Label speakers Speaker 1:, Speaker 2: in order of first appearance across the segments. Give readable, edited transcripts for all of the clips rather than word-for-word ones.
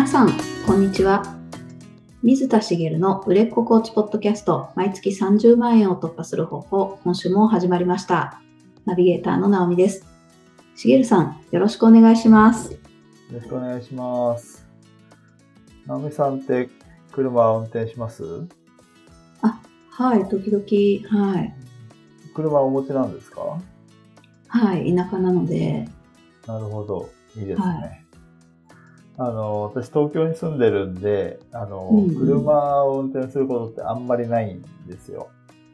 Speaker 1: さん、こんにちは。水田茂の売れっ子コーチポッドキャスト、毎月30万円を突破する方法、今週も始まりました。ナビゲーターの直美です。茂さん、よろしくお願いします。
Speaker 2: よろしくお願いします。直美さんって車を運転します？
Speaker 1: はい、時々、はい。
Speaker 2: 車をお持ちなんですか？
Speaker 1: はい、田舎なので。
Speaker 2: なるほど。いいですね。私東京に住んでるんで、車を運転することってあんまりないんですよ。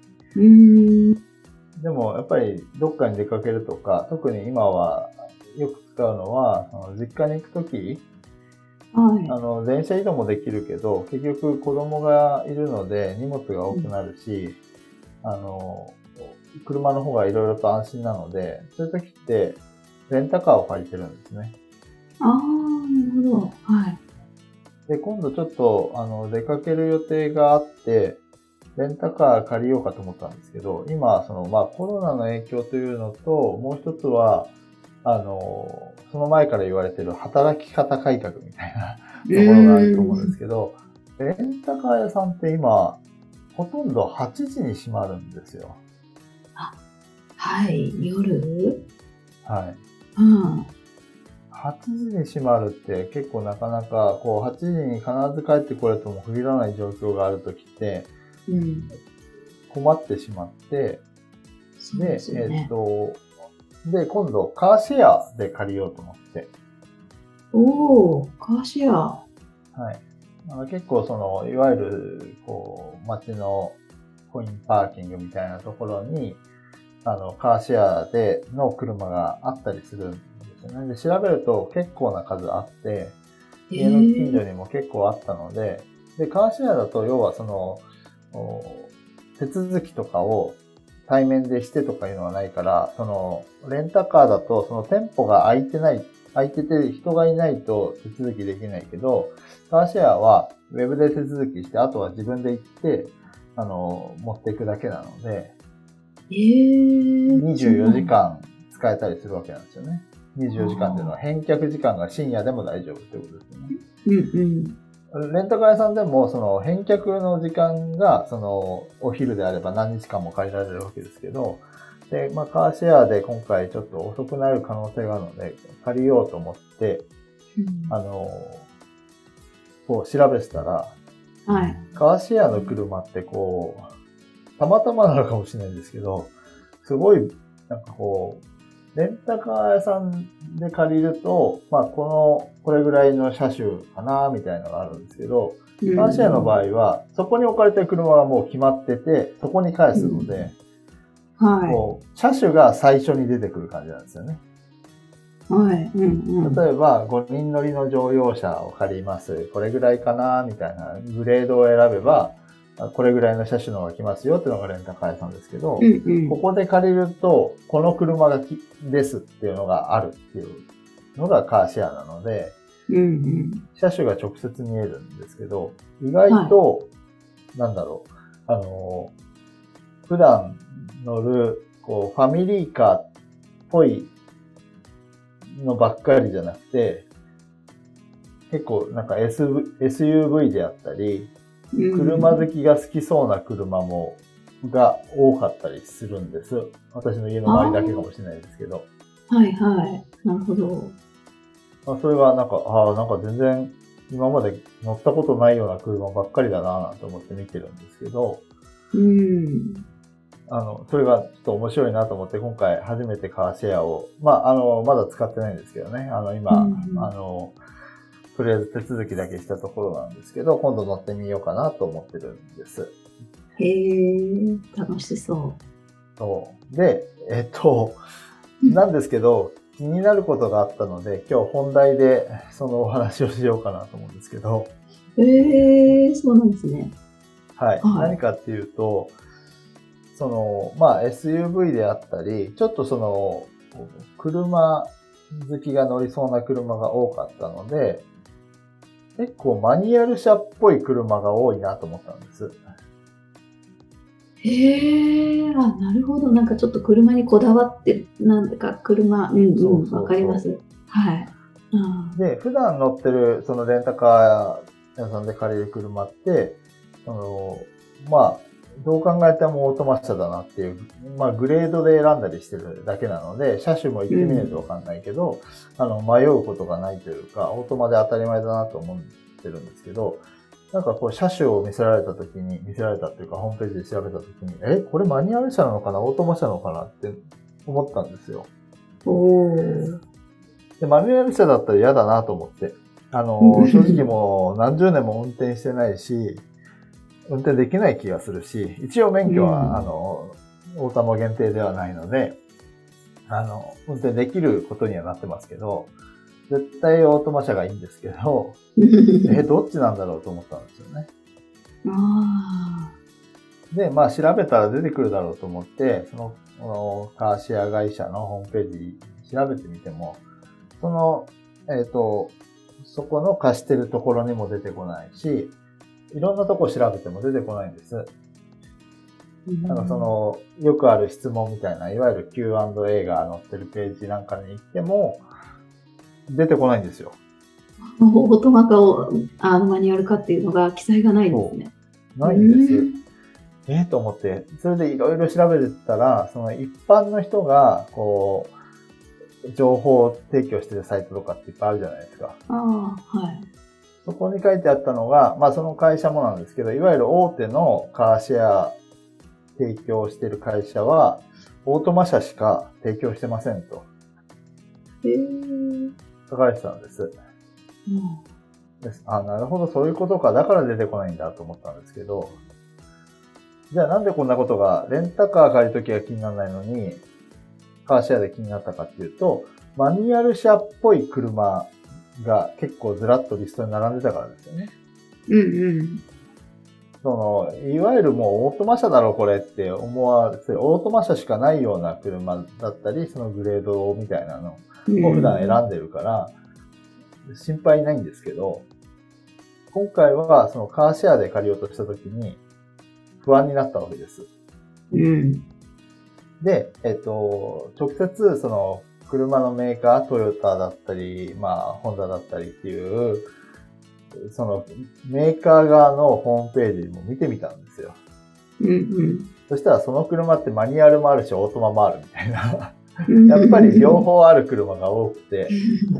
Speaker 2: でもやっぱりどっかに出かけるとか、特に今はよく使うのは、実家に行くとき、電車移動もできるけど、結局子供がいるので荷物が多くなるし、車の方がいろいろと安心なので、そういう時ってレンタカーを借りてるんですね。
Speaker 1: なるほど。はい。
Speaker 2: で、今度ちょっと出かける予定があって、レンタカー借りようかと思ったんですけど、今コロナの影響というのと、もう一つはその前から言われている働き方改革みたいなところがあると思うんですけど、レンタカー屋さんって今、ほとんど8時に閉まるんですよ。
Speaker 1: はい、夜？
Speaker 2: はい。8時に閉まるって結構なかなか、8時に必ず帰ってこれとも限らない状況があるときって、困ってしまって、で、今度カーシェアで借りようと思って。
Speaker 1: カーシェア。
Speaker 2: はい。結構いわゆる、街のコインパーキングみたいなところに、カーシェアでの車があったりするんですよね。で、調べると結構な数あって、家の近所にも結構あったので、で、カーシェアだと要は手続きとかを対面でしてとかいうのはないから、レンタカーだと店舗が空いてて人がいないと手続きできないけど、カーシェアはウェブで手続きして、あとは自分で行って、持っていくだけなので、24時間使えたりするわけなんですよね。24時間っていうのは返却時間が深夜でも大丈夫ってことですよね。レンタカー屋さんでも返却の時間がお昼であれば何日間も借りられるわけですけど、で、カーシェアで今回ちょっと遅くなる可能性があるので借りようと思って、調べてたら、カーシェアの車ってたまたまなのかもしれないんですけど、すごい、レンタカー屋さんで借りると、これぐらいの車種かな、みたいなのがあるんですけど、カーシェアの場合は、そこに置かれてる車はもう決まってて、そこに返すので、車種が最初に出てくる感じなんですよね。例えば、5人乗りの乗用車を借ります。これぐらいかな、みたいなグレードを選べば、これぐらいの車種のが来ますよっていうのがレンタカー屋さんですけど、ここで借りると、この車がですっていうのがあるっていうのがカーシェアなので、車種が直接見えるんですけど、意外と、普段乗る、ファミリーカーっぽいのばっかりじゃなくて、結構SUV であったり、車好きが好きそうな車が多かったりするんです。私の家の周りだけかもしれないですけど。
Speaker 1: なるほど。
Speaker 2: それはなんか全然今まで乗ったことないような車ばっかりだなと思って見てるんですけど、それがちょっと面白いなと思って今回初めてカーシェアを、まだ使ってないんですけどね、今、とりあえず手続きだけしたところなんですけど、今度乗ってみようかなと思ってるんです。
Speaker 1: 楽しそう。
Speaker 2: で、なんですけど、気になることがあったので、今日本題でそのお話をしようかなと思うんですけど。
Speaker 1: そうなんですね。
Speaker 2: 何かっていうと、SUV であったり、ちょっと車好きが乗りそうな車が多かったので、結構マニュアル車っぽい車が多いなと思ったんです。
Speaker 1: なるほど。ちょっと車にこだわって、なんだか車、わかります。
Speaker 2: で、普段乗ってるそのレンタカー屋さんで借りる車って、まあ、どう考えてもオートマ車だなっていう、まあ、グレードで選んだりしてるだけなので、車種も言ってみないとわかんないけど、迷うことがないというか、オートマで当たり前だなと思ってるんですけど、なんかこう、車種を見せられたっていうか、ホームページで調べたときに、これマニュアル車なのかな、オートマ車なのかなって思ったんですよ。で、マニュアル車だったら嫌だなと思って。正直もう何十年も運転してないし、運転できない気がするし、一応免許は、オートマ限定ではないので、運転できることにはなってますけど、絶対オートマ車がいいんですけど、どっちなんだろうと思ったんですよね。で、まあ調べたら出てくるだろうと思って、そのカーシェア会社のホームページ調べてみても、そこの貸してるところにも出てこないし、いろんなとこ調べても出てこないんです。よくある質問みたいな、いわゆる Q&A が載ってるページなんかに行っても、出てこないんですよ。
Speaker 1: オートマかマニュアルかっていうのが記載がないんですね。
Speaker 2: ないんです。と思って、それでいろいろ調べてたら、その一般の人が、こう、情報を提供してるサイトとかっていっぱいあるじゃないですか。
Speaker 1: はい。
Speaker 2: そこに書いてあったのが、まあその会社もなんですけど、いわゆる大手のカーシェア提供してる会社は、オートマ車しか提供してませんと。書かれてたんです。なるほど、そういうことか。だから出てこないんだと思ったんですけど、じゃあなんでこんなことが、レンタカー借りるときは気にならないのに、カーシェアで気になったかっていうと、マニュアル車っぽい車が結構ずらっとリストに並んでたからですよね。いわゆるもうオートマ車だろこれって思われて、オートマ車しかないような車だったり、そのグレードみたいなのを普段選んでるから、心配ないんですけど、今回はそのカーシェアで借りようとしたときに不安になったわけです。で、直接その車のメーカー、トヨタだったり、ホンダだったりっていう、そのメーカー側のホームページも見てみたんですよ。そしたらその車ってマニュアルもあるし、オートマもあるみたいな。やっぱり両方ある車が多くて、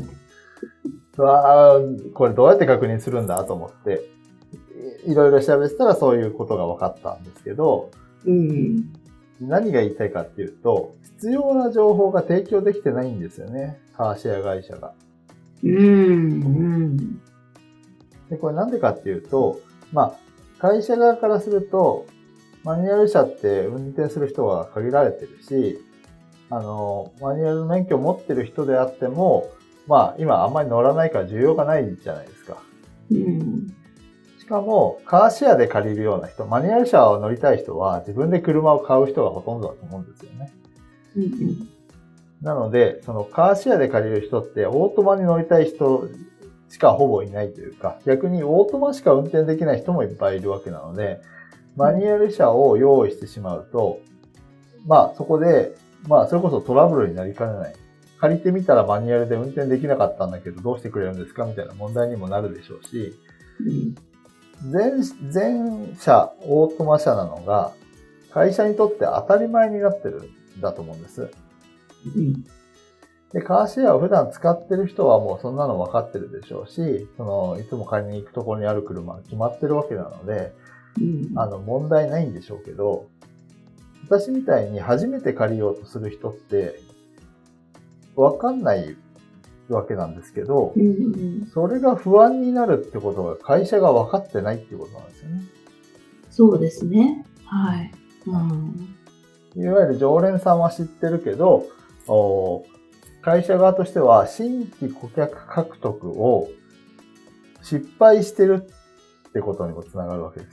Speaker 2: これどうやって確認するんだと思って、いろいろ調べてたらそういうことが分かったんですけど、何が言いたいかっていうと、必要な情報が提供できてないんですよね。カーシェア会社が。で、これなんでかっていうと、会社側からすると、マニュアル車って運転する人は限られてるし、マニュアル免許を持ってる人であっても、今あんまり乗らないから需要がないじゃないですか。しかも、カーシェアで借りるような人、マニュアル車を乗りたい人は自分で車を買う人がほとんどだと思うんですよね。なので、そのカーシェアで借りる人ってオートマに乗りたい人しかほぼいないというか、逆にオートマしか運転できない人もいっぱいいるわけなので、マニュアル車を用意してしまうと、そこで、それこそトラブルになりかねない。借りてみたらマニュアルで運転できなかったんだけど、どうしてくれるんですかみたいな問題にもなるでしょうし、全車オートマ車なのが、会社にとって当たり前になってるんだと思うんです。で、カーシェアを普段使ってる人はもうそんなの分かってるでしょうし、いつも買いに行くところにある車が決まってるわけなので、問題ないんでしょうけど、私みたいに初めて借りようとする人って、分かんないわけなんですけど、それが不安になるってことが会社が分かってないっていうことなんですよね。
Speaker 1: そうですね。はい。
Speaker 2: いわゆる常連さんは知ってるけど、会社側としては新規顧客獲得を失敗してるってことにもつながるわけです。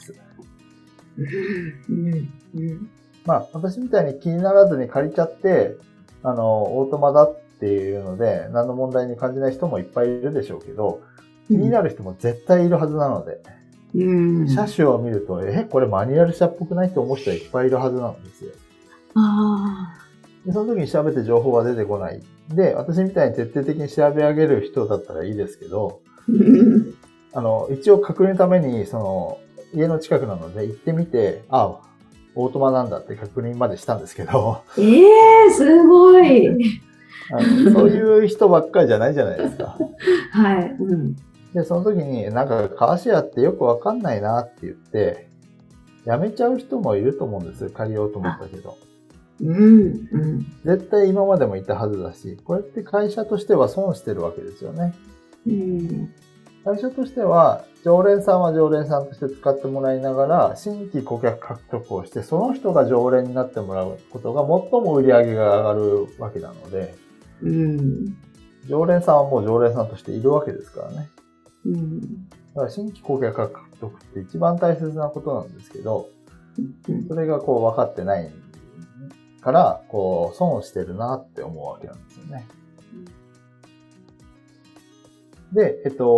Speaker 2: 私みたいに気にならずに借りちゃって、オートマだっていうので、何の問題に感じない人もいっぱいいるでしょうけど、気になる人も絶対いるはずなので、車種を見ると、これマニュアル車っぽくないって思う人はいっぱいいるはずなんですよ。でその時に調べて情報が出てこない。で、私みたいに徹底的に調べ上げる人だったらいいですけど、一応確認のために、家の近くなので行ってみて、オートマなんだって確認までしたんですけど。
Speaker 1: すごい。
Speaker 2: そういう人ばっかりじゃないじゃないですか。
Speaker 1: はい。
Speaker 2: で、その時にカーシェアってよくわかんないなって言って、やめちゃう人もいると思うんです。借りようと思ったけど。絶対今までもいたはずだし、これって会社としては損してるわけですよね。会社としては、常連さんは常連さんとして使ってもらいながら、新規顧客獲得をして、その人が常連になってもらうことが最も売り上げが上がるわけなので、常連さんはもう常連さんとしているわけですからね。だから新規顧客獲得って一番大切なことなんですけど、それが分かってないから、損をしてるなって思うわけなんですよね。で、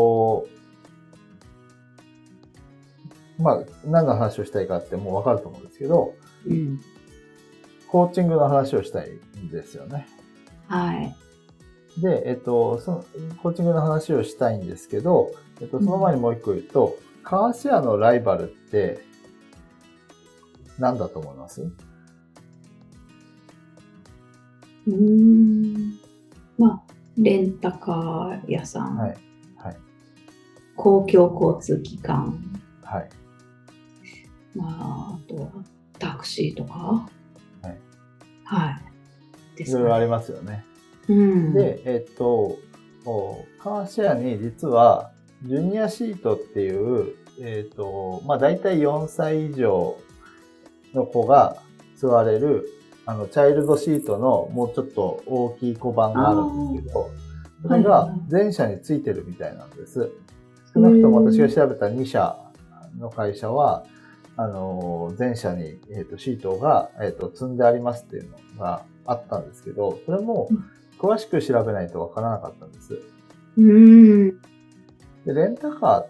Speaker 2: 何の話をしたいかってもうわかると思うんですけど、コーチングの話をしたいんですよね。
Speaker 1: はい。
Speaker 2: で、そのコーチングの話をしたいんですけど、その前にもう一個言うと、カーシェアのライバルって何だと思います？
Speaker 1: レンタカー屋さん。
Speaker 2: はい。
Speaker 1: 公共交通機関。
Speaker 2: はい。
Speaker 1: あとはタクシーとか。
Speaker 2: いろいろありますよね。で、カーシェアに実は、ジュニアシートっていう、だいたい4歳以上の子が座れる、チャイルドシートのもうちょっと大きい小判があるんですけど、それが全社についてるみたいなんです。少なくとも私が調べた2社の会社は、全社に、シートが、積んでありますっていうのがあったんですけど、それも詳しく調べないとわからなかったんです。で、レンタカーって、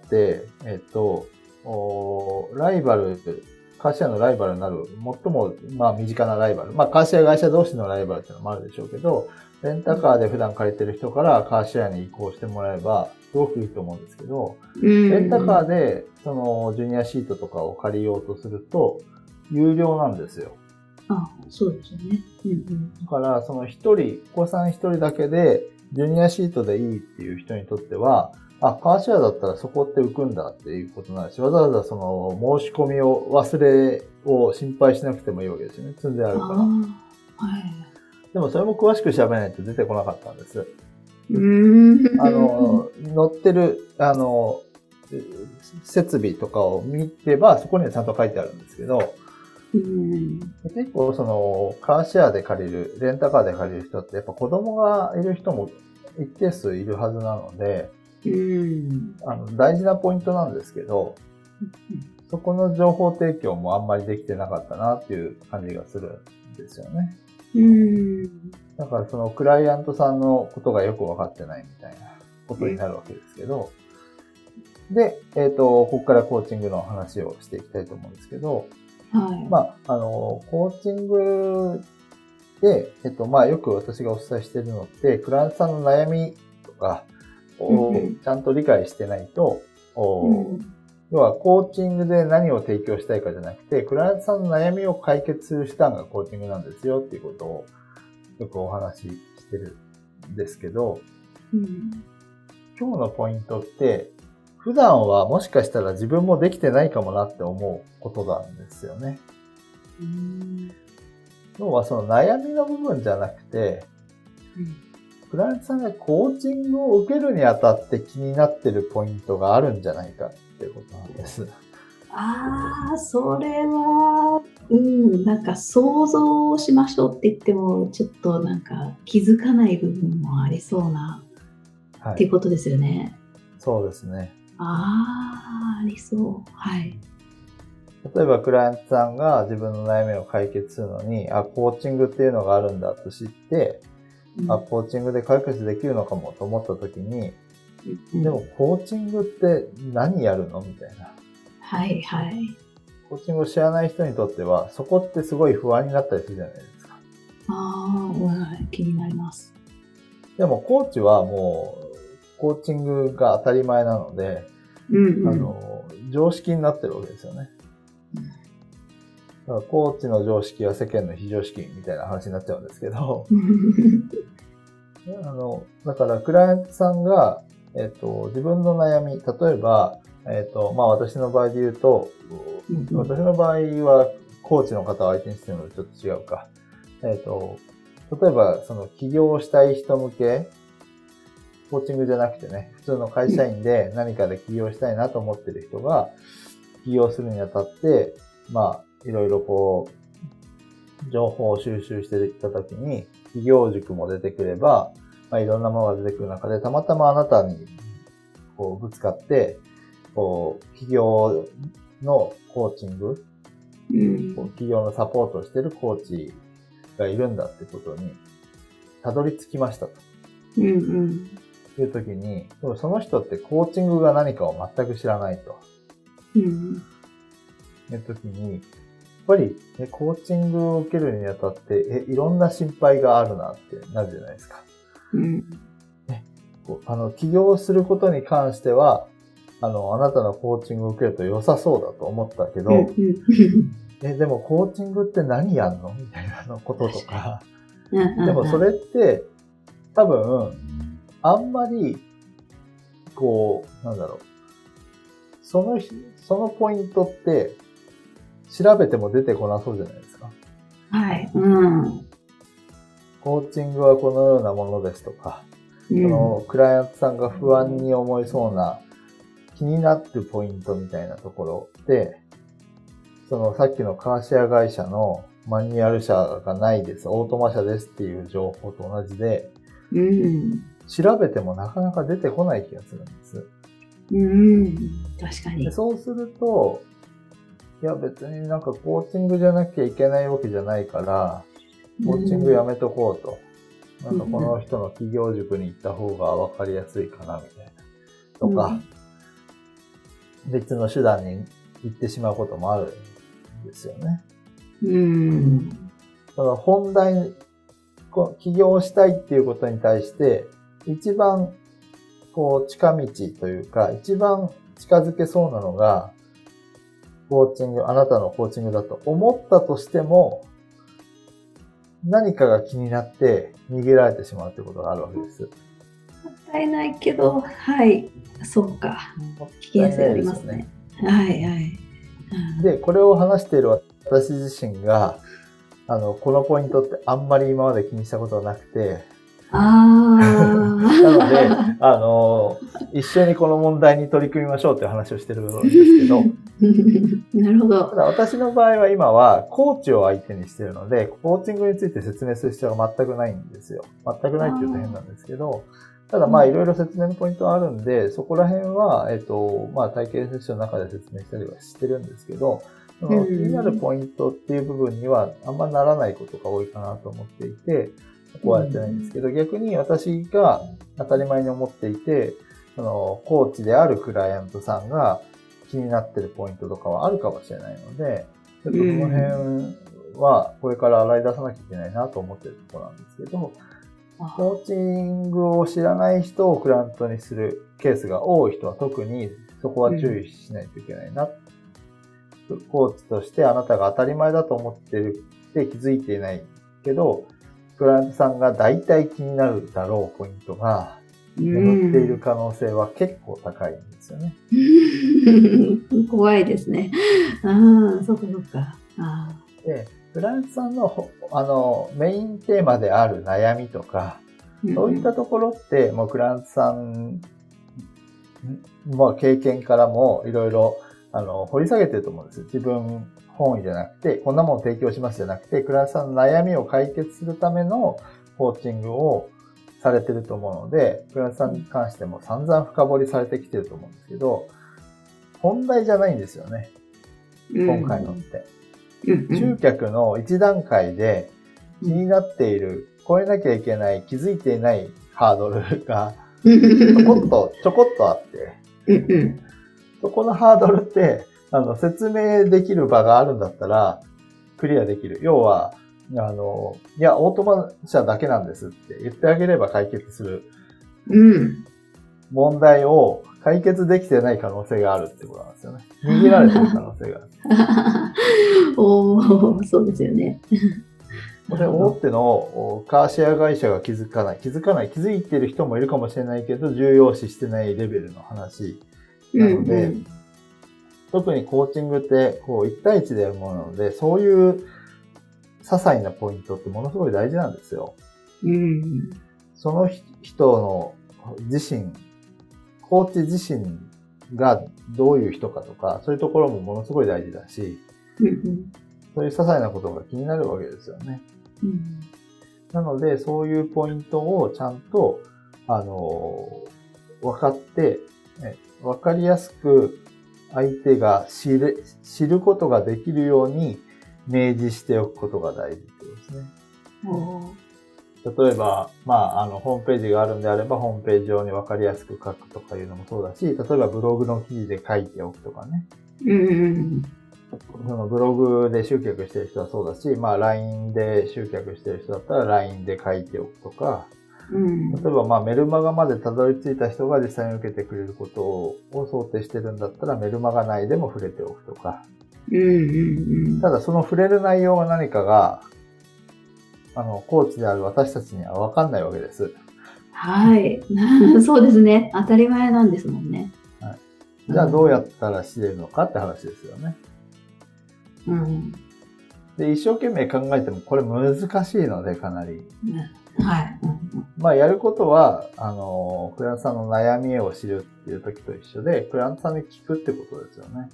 Speaker 2: ライバル、カーシェアのライバルになる、最も、身近なライバル。カーシェア会社同士のライバルっていうのもあるでしょうけど、レンタカーで普段借りてる人からカーシェアに移行してもらえば、すごくいいと思うんですけど、レンタカーで、ジュニアシートとかを借りようとすると、有料なんですよ。
Speaker 1: そうですよね。
Speaker 2: だから、お子さん一人だけで、ジュニアシートでいいっていう人にとっては、カーシェアだったらそこって浮くんだっていうことなんですし、わざわざ申し込みを心配しなくてもいいわけですよね。積んであるから。でもそれも詳しく調べないと出てこなかったんです。載ってる、設備とかを見れば、そこにはちゃんと書いてあるんですけど、結構カーシェアで借りる、レンタカーで借りる人ってやっぱ子供がいる人も一定数いるはずなので、大事なポイントなんですけど、そこの情報提供もあんまりできてなかったなっていう感じがするんですよね。だからクライアントさんのことがよくわかってないみたいなことになるわけですけど、で、ここからコーチングの話をしていきたいと思うんですけど、コーチングで、よく私がお伝えしているのって、クライアントさんの悩みとかをちゃんと理解してないと、要はコーチングで何を提供したいかじゃなくて、クライアントさんの悩みを解決する手段がコーチングなんですよっていうことをよくお話ししてるんですけど、今日のポイントって、普段はもしかしたら自分もできてないかもなって思うことなんですよね。要は悩みの部分じゃなくて、クライアントさんがコーチングを受けるにあたって気になってるポイントがあるんじゃないかっていうことなんです。
Speaker 1: それは、想像しましょうって言っても、ちょっと気づかない部分もありそうな、っていうことですよね。
Speaker 2: そうですね。
Speaker 1: ありそう。
Speaker 2: 例えばクライアントさんが自分の悩みを解決するのに、コーチングっていうのがあるんだと知って、コーチングで解決できるのかもと思った時に、でもコーチングって何やるのみたいな。コーチングを知らない人にとっては、そこってすごい不安になったりするじゃないですか。
Speaker 1: 気になります。
Speaker 2: でもコーチはもうコーチングが当たり前なので、常識になってるわけですよね。だからコーチの常識は世間の非常識みたいな話になっちゃうんですけど、だからクライアントさんが、自分の悩み、例えば、私の場合で言うと、私の場合はコーチの方を相手にしてるのとちょっと違うか。例えば、起業したい人向け、コーチングじゃなくてね、普通の会社員で何かで起業したいなと思ってる人が、起業するにあたって、いろいろ情報を収集していったときに、起業塾も出てくれば、いろんなものが出てくる中で、たまたまあなたに、ぶつかって、起業のコーチング、起業のサポートをしているコーチがいるんだってことに、たどり着きましたと。いうときに、その人ってコーチングが何かを全く知らないと。いうときに、やっぱり、コーチングを受けるにあたって、いろんな心配があるなってなるじゃないですか。起業することに関しては、あなたのコーチングを受けると良さそうだと思ったけど、でもコーチングって何やんのみたいなこととか、でもそれって、多分、あんまり、そのポイントって、調べても出てこなそうじゃないですか。
Speaker 1: はい。
Speaker 2: コーチングはこのようなものですとか、そのクライアントさんが不安に思いそうな気になってるポイントみたいなところで、さっきのカーシェア会社のマニュアル車がないです、オートマ車ですっていう情報と同じで、調べてもなかなか出てこない気がするんです。
Speaker 1: 確かに。
Speaker 2: でそうすると、いや別にコーチングじゃなきゃいけないわけじゃないから、コーチングやめとこうと。この人の起業塾に行った方が分かりやすいかなみたいな。とか、別の手段に行ってしまうこともあるんですよね。本題、起業したいっていうことに対して、一番、近道というか、一番近づけそうなのが、コーチング、あなたのコーチングだと思ったとしても、何かが気になって逃げられてしまうということがあるわけです。
Speaker 1: もったいないけど、はい、そうか。危険性ありますね。はいはい。
Speaker 2: で、これを話している私自身が、このポイントってあんまり今まで気にしたことはなくて、なので、一緒にこの問題に取り組みましょうという話をしてるんですけど、
Speaker 1: なるほど。
Speaker 2: ただ私の場合は今はコーチを相手にしているので、コーチングについて説明する必要が全くないんですよ。全くないって言うと変なんですけど、ただいろいろ説明のポイントはあるんで、そこら辺は、体験セッションの中で説明したりはしてるんですけど、気になるポイントっていう部分にはあんまならないことが多いかなと思っていて、そこはやってないんですけど、逆に私が当たり前に思っていて、コーチであるクライアントさんが気になってるポイントとかはあるかもしれないので、ちょっとその辺はこれから洗い出さなきゃいけないなと思ってるところなんですけど、コーチングを知らない人をクライアントにするケースが多い人は特にそこは注意しないといけないな。コーチとしてあなたが当たり前だと思ってるって気づいていないけど、クライアントさんが大体気になるだろうポイントが眠っている可能性は結構高いんですよね。
Speaker 1: 怖いですね。そうかそうか。
Speaker 2: で、クライアントさんのメインテーマである悩みとか、そういったところってもうクライアントさん経験からもいろいろ掘り下げてると思うんです。自分本位じゃなくて、こんなものを提供しますじゃなくて、クライアントさんの悩みを解決するためのコーチングをされてると思うので、クライアントさんに関しても散々深掘りされてきてると思うんですけど、本題じゃないんですよね。今回のって。集客の一段階で気になっている、超えなきゃいけない、気づいていないハードルがちょこっとあって、そこのハードルって説明できる場があるんだったらクリアできる。要はいや、オートマ車だけなんですって言ってあげれば解決する問題を解決できてない可能性があるってことなんですよね。逃げられてる可能性がある。
Speaker 1: そうですよね。
Speaker 2: これ大手のカーシェア会社が気づいてる人もいるかもしれないけど、重要視してないレベルの話なので、特にコーチングって1対1でやるものなので、そういう些細なポイントってものすごい大事なんですよ。その人のコーチ自身がどういう人かとか、そういうところもものすごい大事だし、そういう些細なことが気になるわけですよね。なので、そういうポイントをちゃんと、分かって、分かりやすく相手が知ることができるように明示しておくことが大事ってことですね。例えば、ホームページがあるんであれば、ホームページ上に分かりやすく書くとかいうのもそうだし、例えばブログの記事で書いておくとかね。そのブログで集客してる人はそうだし、LINE で集客してる人だったら LINE で書いておくとか、例えばメルマガまでたどり着いた人が実際に受けてくれることを想定してるんだったらメルマガ内でも触れておくとか。ただその触れる内容が何かが、コーチである私たちには分かんないわけです。
Speaker 1: はい。そうですね。当たり前なんですもんね。
Speaker 2: はい、じゃあどうやったら知れるのかって話ですよね。で、一生懸命考えてもこれ難しいので、かなり。やることは、クライアントさんの悩みを知るっていう時と一緒で、クライアントさんに聞くってことですよね。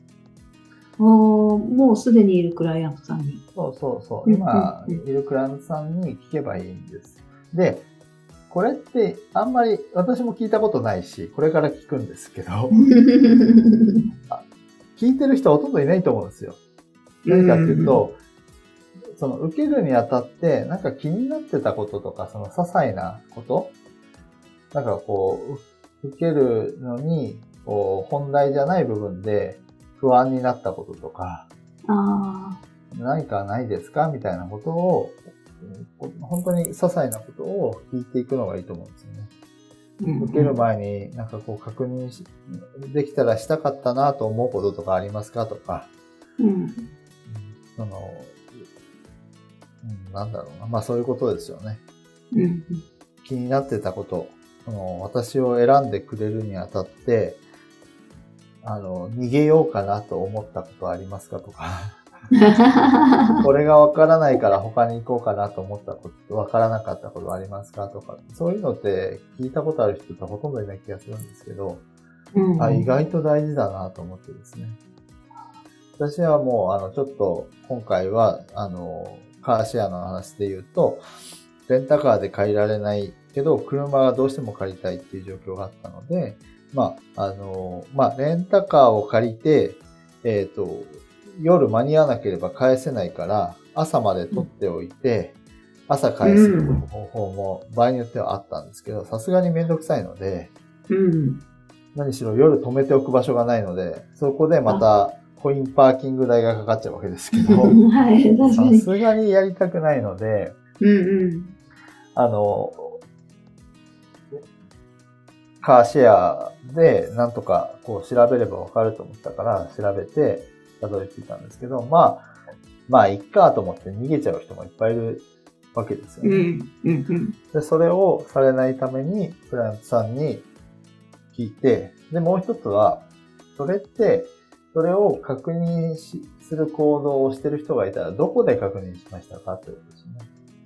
Speaker 1: もうすでにいるクライアントさんに。
Speaker 2: そう。今いるクライアントさんに聞けばいいんです。で、これってあんまり私も聞いたことないし、これから聞くんですけど、聞いてる人はほとんどいないと思うんですよ。何かっていうと、その受けるにあたってなんか気になってたこととか、その些細なこと、なんか受けるのに本題じゃない部分で不安になったこととか、何かないですかみたいなことを、本当に些細なことを聞いていくのがいいと思うんですよね。受ける前になんか確認できたらしたかったなと思うこととかありますかとか、なんだろうな。そういうことですよね。気になってたこと、私を選んでくれるにあたって、逃げようかなと思ったことはありますかとか。これがわからないから他に行こうかなと思ったこと、わからなかったことはありますかとか。そういうのって聞いたことある人ってほとんどいない気がするんですけど、意外と大事だなと思ってですね。私はもう、ちょっと今回は、カーシェアの話で言うと、レンタカーで借りられないけど、車がどうしても借りたいっていう状況があったので、レンタカーを借りて、夜間に合わなければ返せないから、朝まで取っておいて、朝返す方法も場合によってはあったんですけど、さすがにめんどくさいので、何しろ夜止めておく場所がないので、そこでまたコインパーキング代がかかっちゃうわけですけど、さすがにやりたくないので、カーシェアでなんとか調べればわかると思ったから調べてたどり着いたんですけど、いっかと思って逃げちゃう人もいっぱいいるわけですよね。で、それをされないためにクライアントさんに聞いて、で、もう一つは、それを確認する行動をしてる人がいたらどこで確認しましたかということですね。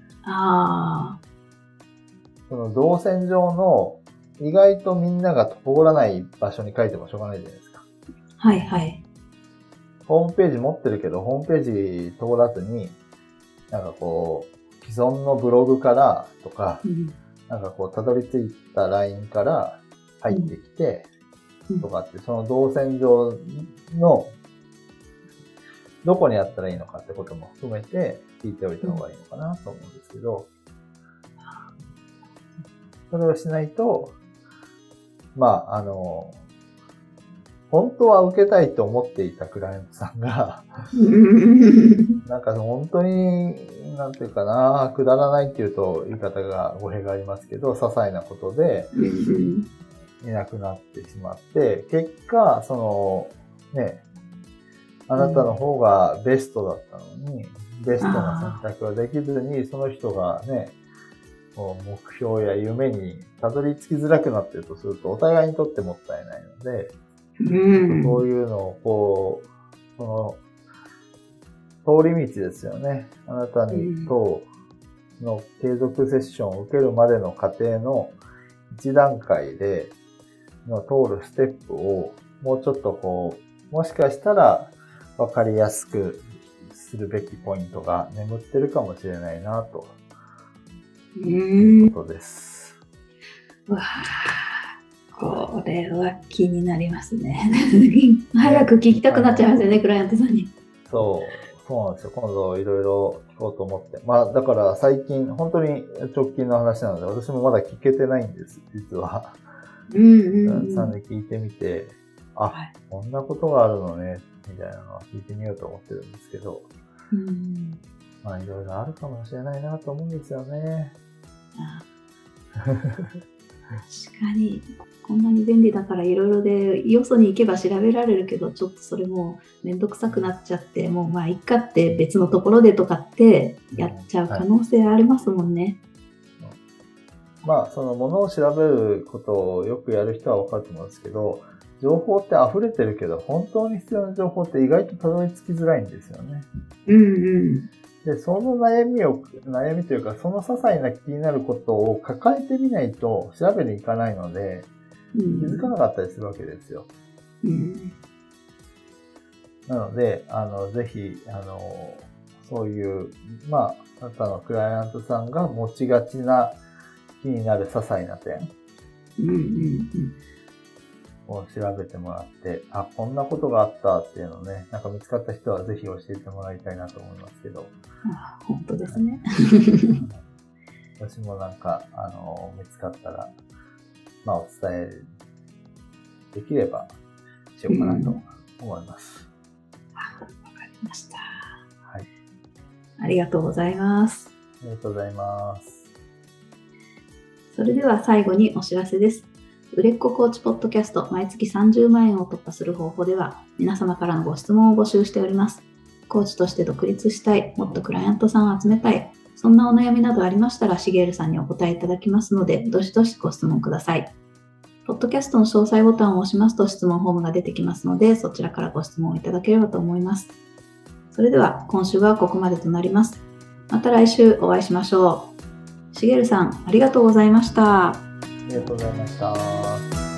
Speaker 2: その動線上の意外とみんなが通らない場所に書いてもしょうがないじゃないですか。ホームページ持ってるけど、ホームページ通らずに、既存のブログからとか、たどり着いた LINE から入ってきて、とかって、その動線上の、どこにあったらいいのかってことも含めて聞いておいた方がいいのかなと思うんですけど、それをしないと、 本当は受けたいと思っていたクライアントさんが、なんか本当に、なんていうかな、くだらないっていうと言い方が語弊がありますけど、些細なことでいなくなってしまって、結果、あなたの方がベストだったのに、ベストな選択ができずに、その人がね、目標や夢にたどり着きづらくなっているとすると、お互いにとってもったいないので、そういうのを通り道ですよね。あなたにの継続セッションを受けるまでの過程の一段階で通るステップをもうちょっともしかしたら分かりやすくするべきポイントが眠ってるかもしれないなということです。
Speaker 1: わあ、これは気になりますね。早く聞きたくなっちゃいますよね、クライアントさんに。
Speaker 2: そうなんですよ。今度いろいろ聞こうと思って。だから最近、本当に直近の話なので、私もまだ聞けてないんです、実は。さんで聞いてみて、こんなことがあるのね、みたいなのは聞いてみようと思ってるんですけど、いろいろあるかもしれないなと思うんですよね。
Speaker 1: 確かに。こんなに便利だからいろいろでよそに行けば調べられるけど、ちょっとそれもめんどくさくなっちゃって、もういっかって別のところでとかってやっちゃう可能性ありますもんね。
Speaker 2: そのものを調べることをよくやる人は分かると思うんですけど、情報って溢れてるけど、本当に必要な情報って意外とたどり着きづらいんですよね。で、その悩みというか、その些細な気になることを抱えてみないと調べに行かないので、気づかなかったりするわけですよ。なので、ぜひ、そういう、あなたのクライアントさんが持ちがちな気になる些細な点を調べてもらって、こんなことがあったっていうのをね、なんか見つかった人はぜひ教えてもらいたいなと思いますけど。
Speaker 1: 本当ですね。
Speaker 2: 私もなんか、見つかったら、お伝えできればしようかなと思います。
Speaker 1: わかりました。
Speaker 2: はい。
Speaker 1: ありがとうございます。
Speaker 2: ありがとうございます。
Speaker 1: それでは最後にお知らせです。売れっ子コーチポッドキャスト毎月30万円を突破する方法では皆様からのご質問を募集しております。コーチとして独立したい、もっとクライアントさんを集めたい、そんなお悩みなどありましたらしげるさんにお答えいただきますので、どしどしご質問ください。ポッドキャストの詳細ボタンを押しますと質問フォームが出てきますので、そちらからご質問をいただければと思います。それでは今週はここまでとなります。また来週お会いしましょう。しげるさん、ありがとうございました。
Speaker 2: ありがとうございました。